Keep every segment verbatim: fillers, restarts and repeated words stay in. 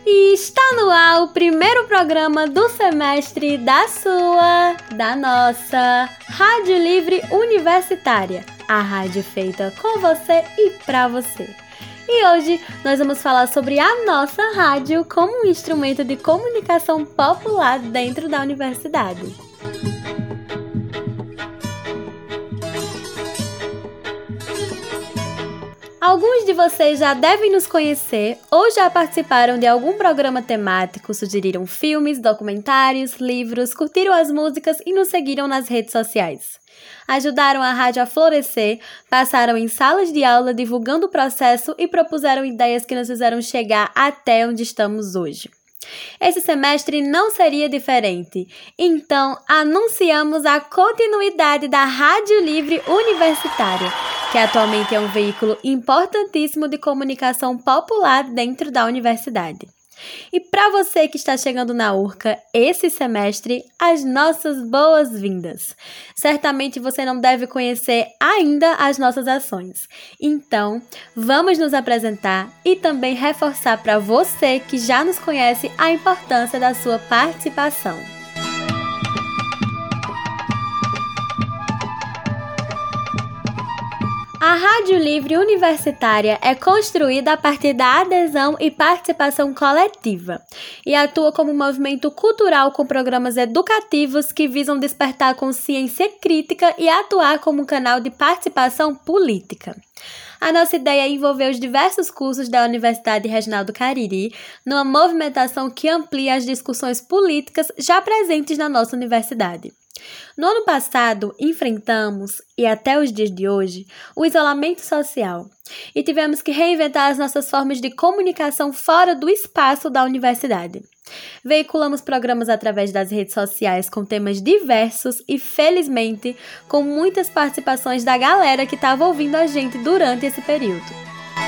E está no ar o primeiro programa do semestre da sua, da nossa Rádio Livre Universitária, a rádio feita com você e pra você. E hoje nós vamos falar sobre a nossa rádio como um instrumento de comunicação popular dentro da universidade. Alguns de vocês já devem nos conhecer ou já participaram de algum programa temático, sugeriram filmes, documentários, livros, curtiram as músicas e nos seguiram nas redes sociais. Ajudaram a rádio a florescer, passaram em salas de aula divulgando o processo e propuseram ideias que nos fizeram chegar até onde estamos hoje. Esse semestre não seria diferente, então anunciamos a continuidade da Rádio Livre Universitária, que atualmente é um veículo importantíssimo de comunicação popular dentro da universidade. E para você que está chegando na Urca esse semestre, as nossas boas-vindas. Certamente você não deve conhecer ainda as nossas ações. Então, vamos nos apresentar e também reforçar para você que já nos conhece a importância da sua participação. A Rádio Livre Universitária é construída a partir da adesão e participação coletiva e atua como um movimento cultural com programas educativos que visam despertar a consciência crítica e atuar como um canal de participação política. A nossa ideia é envolver os diversos cursos da Universidade Regional do Cariri numa movimentação que amplia as discussões políticas já presentes na nossa universidade. No ano passado, enfrentamos, e até os dias de hoje, o isolamento social e tivemos que reinventar as nossas formas de comunicação fora do espaço da universidade. Veiculamos programas através das redes sociais com temas diversos e, felizmente, com muitas participações da galera que estava ouvindo a gente durante esse período.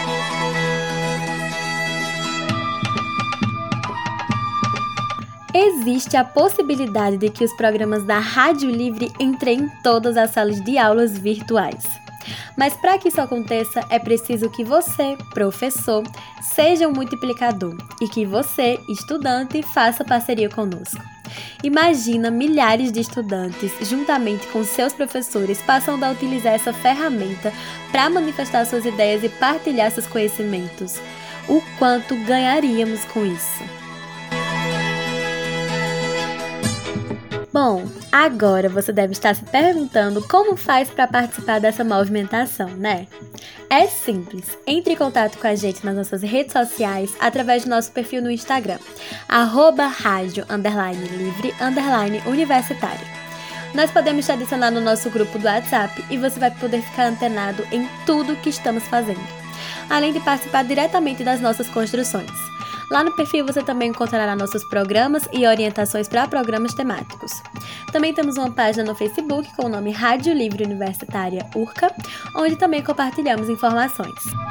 Existe a possibilidade de que os programas da Rádio Livre entrem em todas as salas de aulas virtuais. Mas para que isso aconteça, é preciso que você, professor, seja um multiplicador e que você, estudante, faça parceria conosco. Imagina milhares de estudantes, juntamente com seus professores, passando a utilizar essa ferramenta para manifestar suas ideias e partilhar seus conhecimentos. O quanto ganharíamos com isso? Bom, agora você deve estar se perguntando como faz para participar dessa movimentação, né? É simples, entre em contato com a gente nas nossas redes sociais através do nosso perfil no Instagram, arroba rádio, underline, livre, underline, universitário. Nós podemos te adicionar no nosso grupo do WhatsApp e você vai poder ficar antenado em tudo que estamos fazendo, além de participar diretamente das nossas construções. Lá no perfil você também encontrará nossos programas e orientações para programas temáticos. Também temos uma página no Facebook com o nome Rádio Livre Universitária Urca, onde também compartilhamos informações.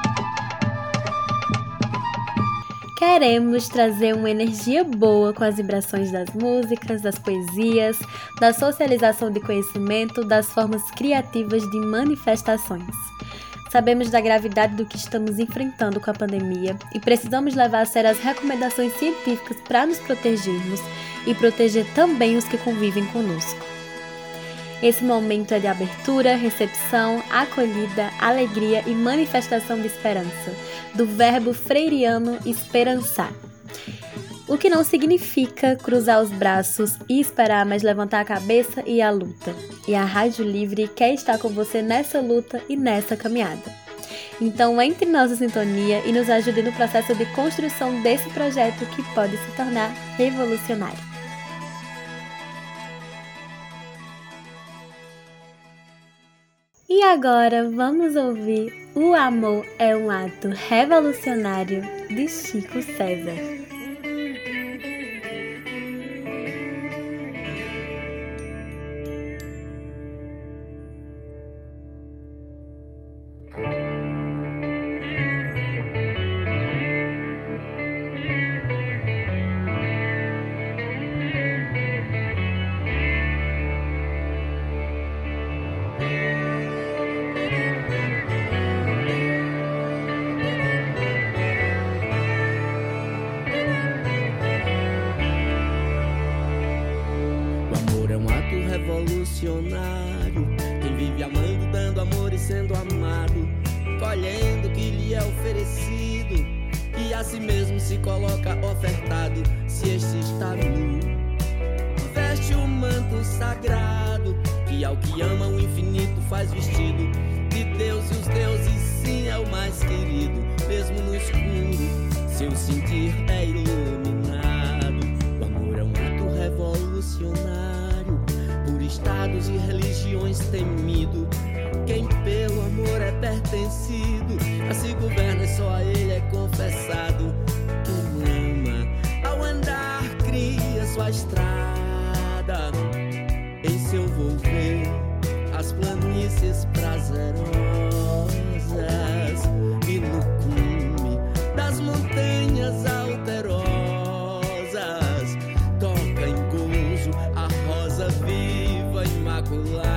Queremos trazer uma energia boa com as vibrações das músicas, das poesias, da socialização de conhecimento, das formas criativas de manifestações. Sabemos da gravidade do que estamos enfrentando com a pandemia e precisamos levar a sério as recomendações científicas para nos protegermos e proteger também os que convivem conosco. Esse momento é de abertura, recepção, acolhida, alegria e manifestação de esperança, do verbo freiriano esperançar. O que não significa cruzar os braços e esperar, mas levantar a cabeça e ir à luta. E a Rádio Livre quer estar com você nessa luta e nessa caminhada. Então entre em nossa sintonia e nos ajude no processo de construção desse projeto que pode se tornar revolucionário. E agora vamos ouvir O Amor é um Ato Revolucionário, de Chico César. ele sendo amado, colhendo o que lhe é oferecido, e a si mesmo se coloca ofertado, se este está nu. Veste o manto sagrado, que ao que ama o infinito faz vestido, de Deus e os deuses sim é o mais querido, mesmo no escuro, seu sentir é iluminado. O amor é um ato revolucionário, por estados e religiões temido. Quem pelo amor é pertencido, a se governa e só a ele é confessado. Quem ama, ao andar cria sua estrada, em seu volver as planícies prazerosas, e no cume das montanhas alterosas toca em gozo a rosa viva imaculada.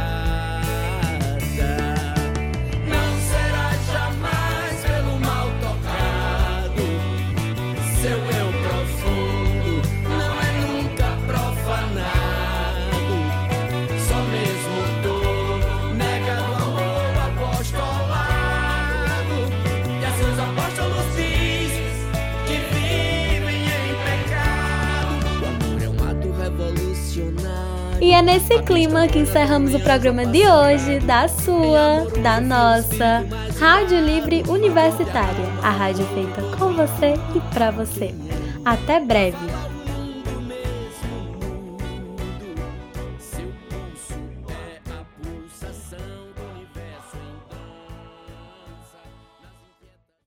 Não será jamais pelo mal tocado, seu eu profundo não é nunca profanado, só mesmo dor nega do amor apostolado, e a seus apóstolos diz que vivem em pecado. O amor é um ato revolucionário. E é nesse clima que encerramos o programa de hoje, da sua, da nossa Rádio Livre Universitária, a rádio feita com você e pra você. Até breve!